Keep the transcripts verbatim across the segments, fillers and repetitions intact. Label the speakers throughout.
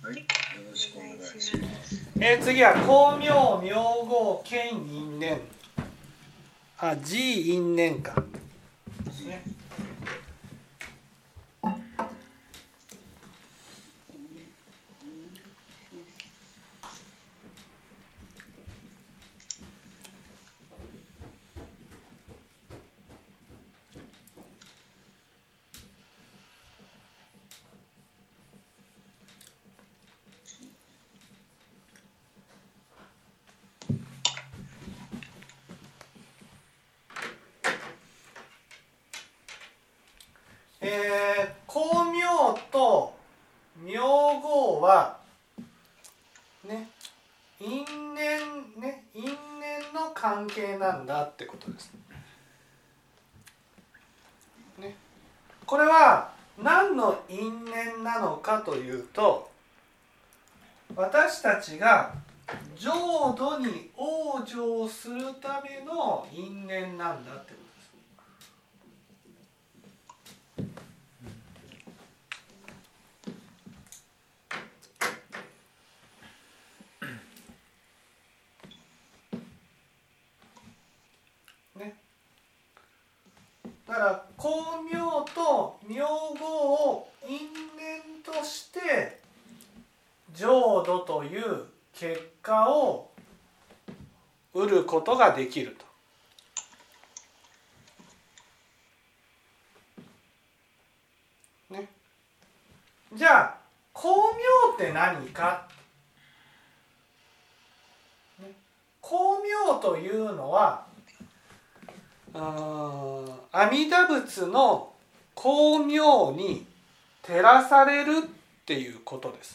Speaker 1: はい、よろしくお願いします。
Speaker 2: えー、次は光明名号兼因縁、あ、G 因縁かですね。えー、光明と名号はね、因縁ね、因縁の関係なんだってことです。ね、これは何の因縁なのかというと、私たちが浄土に往生するための因縁なんだってことです。ね、だから光明と名号を因縁として浄土という結果を得ることができると。ね、じゃあ光明って何か、ね、光明というのは阿弥陀仏の光明に照らされるっていうことです。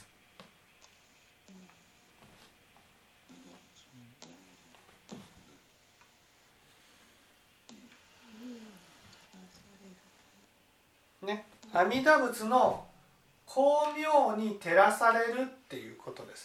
Speaker 2: ね、阿弥陀仏の光明に照らされるっていうことです。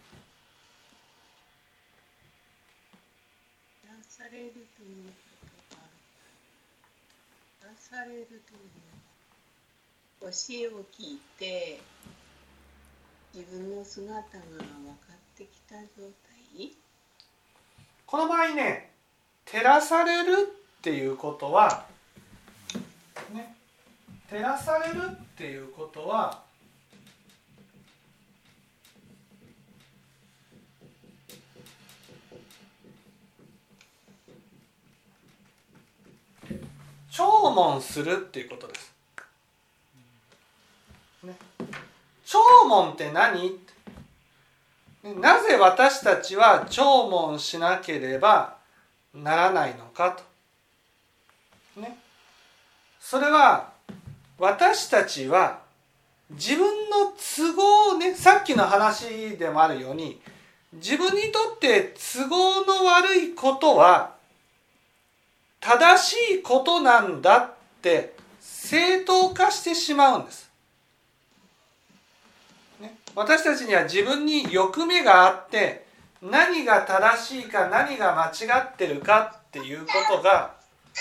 Speaker 3: 照らされるということが、照らされるという教えを聞いて自分の姿が分かってきた状態。
Speaker 2: この場合ね、照らされるっていうことはね、照らされるっていうことは聴聞するっていうことです。ね、聴聞って何？なぜ私たちは聴聞しなければならないのかと。ね、それは私たちは自分の都合ね、さっきの話でもあるように、自分にとって都合の悪いことは正しいことなんだって正当化してしまうんです。ね、私たちには自分に欲目があって、何が正しいか何が間違ってるかっていうことが、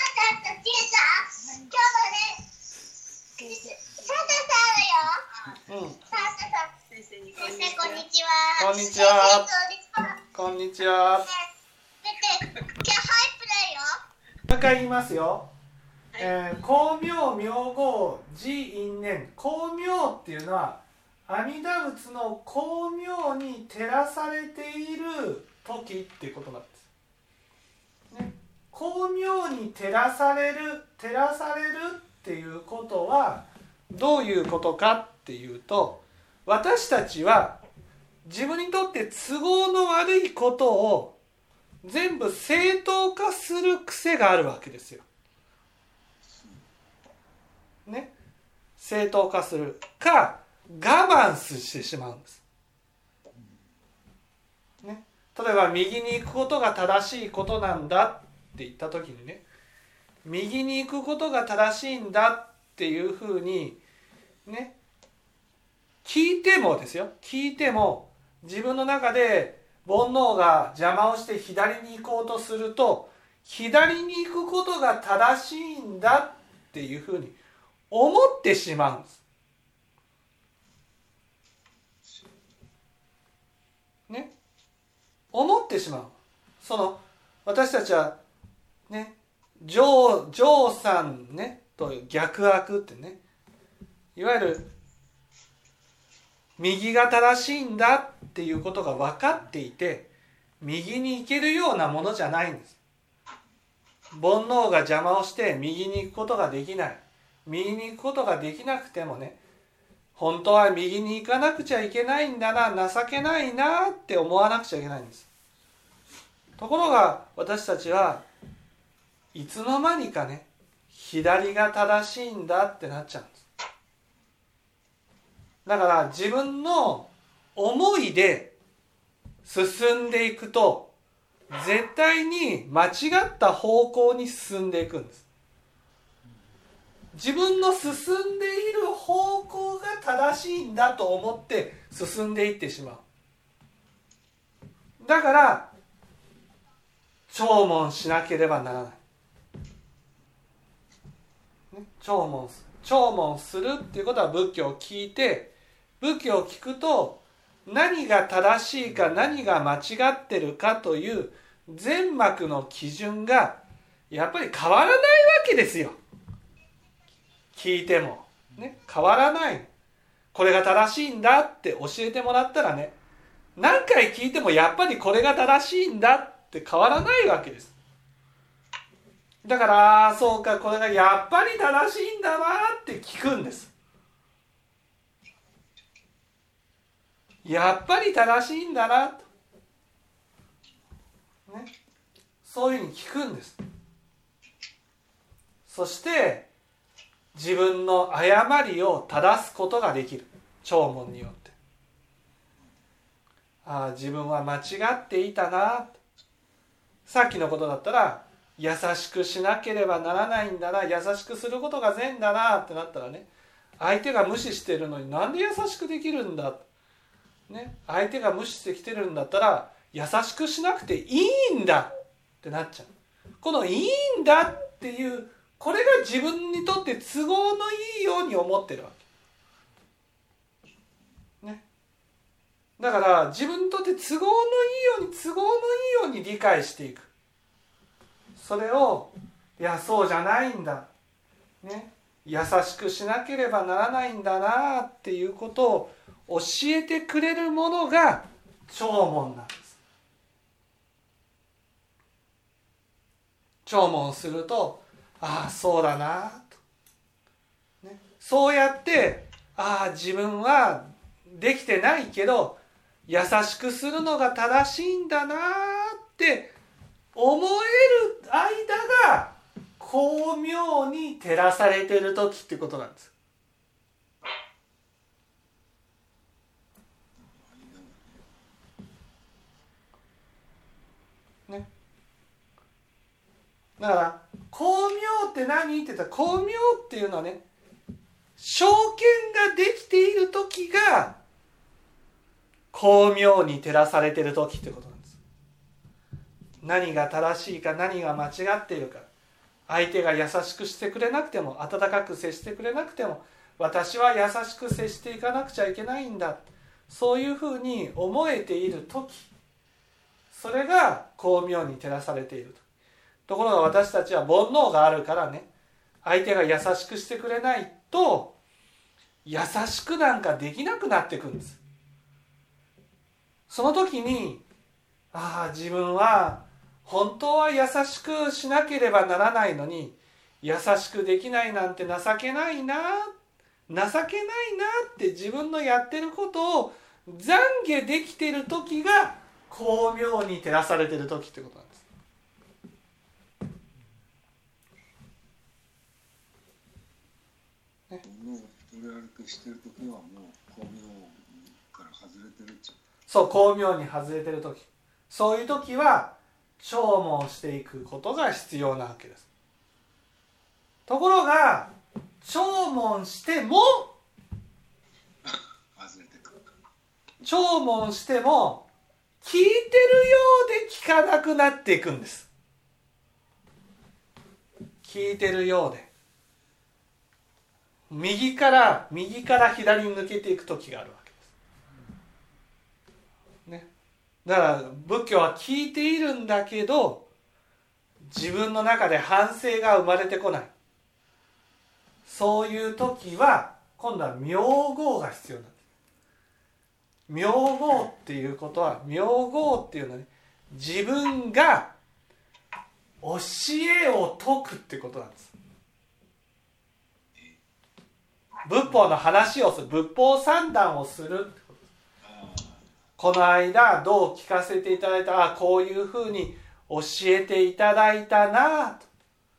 Speaker 2: うん、
Speaker 3: 先生に
Speaker 4: 先生こんにちは。
Speaker 2: こんにちは。こんにちは。
Speaker 4: ねえ、今日ハイプだよ。
Speaker 2: もう一回言いますよ。
Speaker 3: はい、
Speaker 2: えー、光明名号寺因縁。光明っていうのは阿弥陀仏の光明に照らされている時っていうことなんです。ね、光明に照らされる、照らされるっていうことはどういうことかっていうと、私たちは自分にとって都合の悪いことを全部正当化する癖があるわけですよ。ね、正当化するか我慢してしまうんです。ね、例えば右に行くことが正しいことなんだって言った時にね、右に行くことが正しいんだっていうふうにね、聞いてもですよ、聞いても自分の中で煩悩が邪魔をして左に行こうとすると、左に行くことが正しいんだっていうふうに思ってしまうんです。 ってしまう。その私たちはね、上上三ねと逆悪ってね、いわゆる右が正しいんだっていうことが分かっていて、右に行けるようなものじゃないんです。煩悩が邪魔をして右に行くことができない。右に行くことができなくてもね、本当は右に行かなくちゃいけないんだな、情けないなって思わなくちゃいけないんです。ところが私たちはいつの間にかね、左が正しいんだってなっちゃうんです。だから自分の思いで進んでいくと絶対に間違った方向に進んでいくんです。自分の進んでいる方向が正しいんだと思って進んでいってしまう。だから聴聞しなければならない。聴聞聴聞するっていうことは仏教を聞いて、仏教を聞くと何が正しいか何が間違ってるかという全幕の基準がやっぱり変わらないわけですよ。聞いても、ね、変わらない。これが正しいんだって教えてもらったらね、何回聞いてもやっぱりこれが正しいんだって変わらないわけです。だからそうか、これがやっぱり正しいんだなって聞くんです。やっぱり正しいんだなと、ね、そういうふうに聞くんです。そして自分の誤りを正すことができる。聴聞によって、ああ自分は間違っていたな、さっきのことだったら優しくしなければならないんだな、優しくすることが善だなってなったらね、相手が無視してるのになんで優しくできるんだ、ね、相手が無視してきてるんだったら優しくしなくていいんだってなっちゃう。このいいんだっていうこれが自分にとって都合のいいように思ってるわけ、ね、だから自分にとって都合のいいように都合のいいように理解していく。それをいやそうじゃないんだ、ね、優しくしなければならないんだなっていうことを教えてくれるものが聴聞なんです。聴聞すると、ああそうだなと、ね、そうやってああ自分はできてないけど優しくするのが正しいんだなって思える間が巧妙に照らされている時ってことなんです。ね、だから巧妙って何って言ったら、巧妙っていうのはね、証券ができている時が巧妙に照らされている時ってことなんです。何が正しいか何が間違っているか、相手が優しくしてくれなくても温かく接してくれなくても私は優しく接していかなくちゃいけないんだ、そういうふうに思えている時、それが巧妙に照らされていると。ところが私たちは煩悩があるからね、相手が優しくしてくれないと優しくなんかできなくなっていくんです。その時にああ自分は本当は優しくしなければならないのに優しくできないなんて情けないな、情けないなって自分のやってることを懺悔できている時が巧妙に照らされている時ってことなんです。
Speaker 1: ね、物を取り歩きしてる時はもう巧妙から外れてるっちゃう。
Speaker 2: そう巧妙に外れてる時、そういう時は聴聞していくことが必要なわけです。ところが聴聞しても
Speaker 1: 外れてくる。
Speaker 2: 聴聞しても聞いてるようで聞かなくなっていくんです。聞いてるようで右から右から左に抜けていく時があるわけです、ね、 だから仏教は聞いているんだけど自分の中で反省が生まれてこない。そういう時は今度は名号が必要なんです。名号っていうことは、名号っていうのはね、自分が教えを説くってことなんです。仏法の話をする、仏法三段をするってことです。この間どう聞かせていただいた、あ、こういうふうに教えていただいたなと。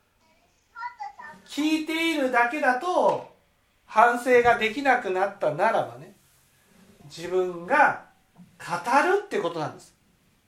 Speaker 2: 聞いているだけだと反省ができなくなったならばね、自分が語るってことなんです。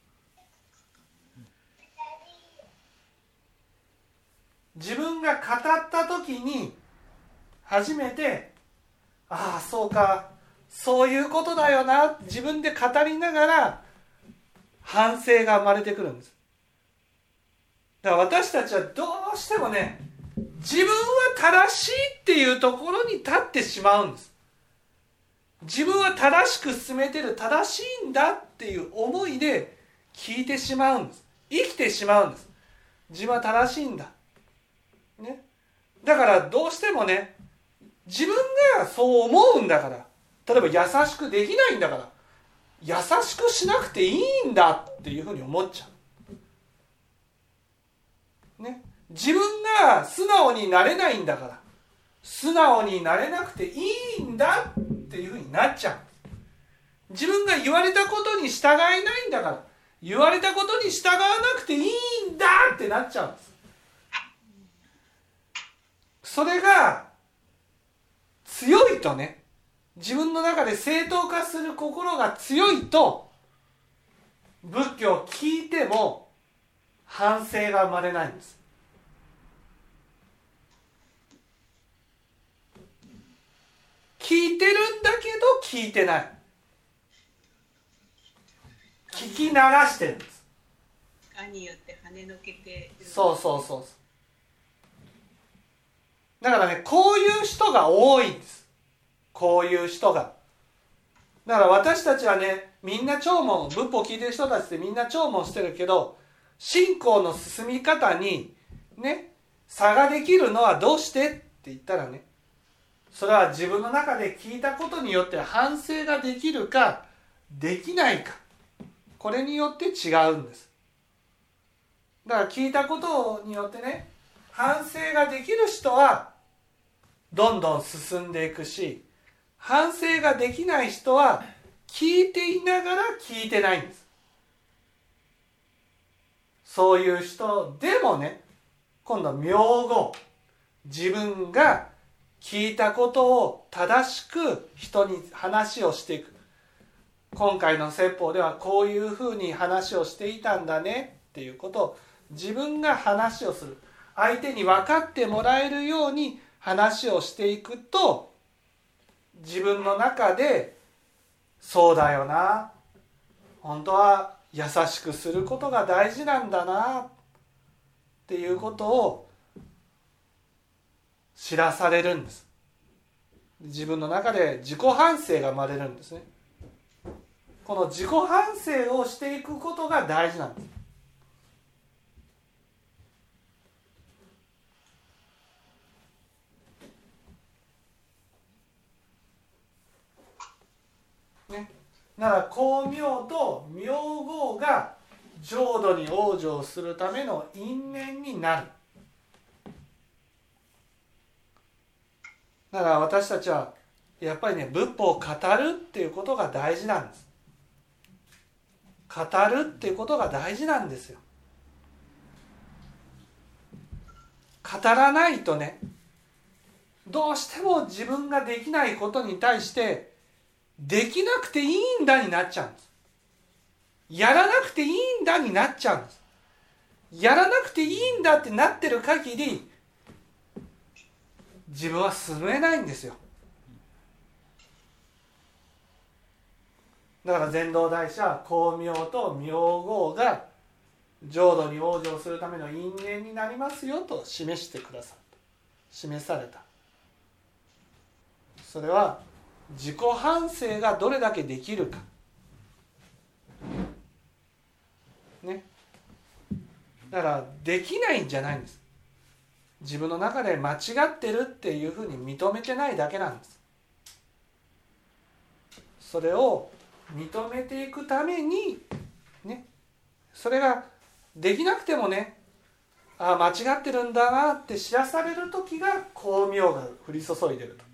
Speaker 2: 自分が語った時に初めて、ああそうか、そういうことだよな、自分で語りながら反省が生まれてくるんです。だから私たちはどうしてもね、自分は正しいっていうところに立ってしまうんです。自分は正しく進めてる、正しいんだっていう思いで聞いてしまうんです。生きてしまうんです。自分は正しいんだ、ね、だからどうしてもね、自分がそう思うんだから、例えば優しくできないんだから優しくしなくていいんだっていうふうに思っちゃう、ね、自分が素直になれないんだから素直になれなくていいんだっていうふうになっちゃう。自分が言われたことに従えないんだから言われたことに従わなくていいんだってなっちゃうんです。それが強いとね、自分の中で正当化する心が強いと仏教を聞いても反省が生まれないんです。聞いてるんだけど聞いてない、聞き流してるんです。
Speaker 3: 他によって跳ねのけてる。
Speaker 2: そうそうそう。だからね、こういう人が多いんです。こういう人が。だから私たちはね、みんな聴聞、仏法を聞いてる人たちってみんな聴聞してるけど、信仰の進み方にね、差ができるのはどうしてって言ったらね、それは自分の中で聞いたことによって反省ができるかできないか、これによって違うんです。だから聞いたことによってね、反省ができる人はどんどん進んでいくし、反省ができない人は聞いていながら聞いてないんです。そういう人でもね、今度は名号、自分が聞いたことを正しく人に話をしていく。今回の説法ではこういうふうに話をしていたんだねっていうことを自分が話をする。相手に分かってもらえるように話をしていくと、自分の中でそうだよな、本当は優しくすることが大事なんだなっていうことを知らされるんです。自分の中で自己反省が生まれるんですね。この自己反省をしていくことが大事なんです。ね、なら光明と名号が浄土に往生するための因縁になる。だから私たちはやっぱりね、仏法を語るっていうことが大事なんです。語るっていうことが大事なんですよ。語らないとね、どうしても自分ができないことに対してできなくていいんだになっちゃうんです。やらなくていいんだになっちゃうんです。やらなくていいんだってなってる限り自分は進めないんですよ。だから禅道大師は光明と名号が浄土に往生するための因縁になりますよと示してくださった。示された。それは自己反省がどれだけできるか。 ね。だからできないんじゃないんです。自分の中で間違ってるっていうふうに認めてないだけなんです。それを認めていくためにね、それができなくてもね、ああ間違ってるんだなって知らされる時が光明が降り注いでる時。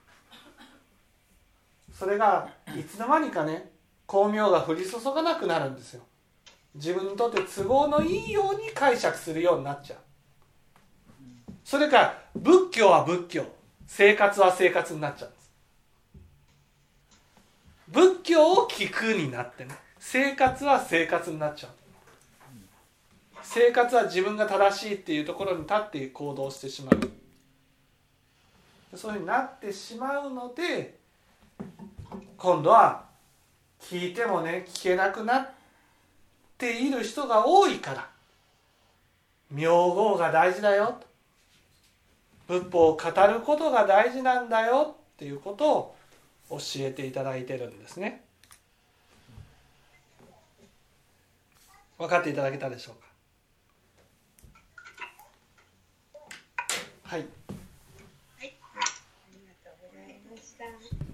Speaker 2: それがいつの間にかね、光明が降り注がなくなるんですよ。自分にとって都合のいいように解釈するようになっちゃう。それから仏教は仏教、生活は生活になっちゃうんです。仏教を聞くになってね、生活は生活になっちゃう。生活は自分が正しいっていうところに立って行動してしまう。そういうふうになってしまうので、今度は聞いてもね聞けなくなっている人が多いから、名号が大事だよ、仏法を語ることが大事なんだよっていうことを教えていただいてるんですね。分かっていただけたでしょうか。はい。
Speaker 3: はい。ありがとうございました。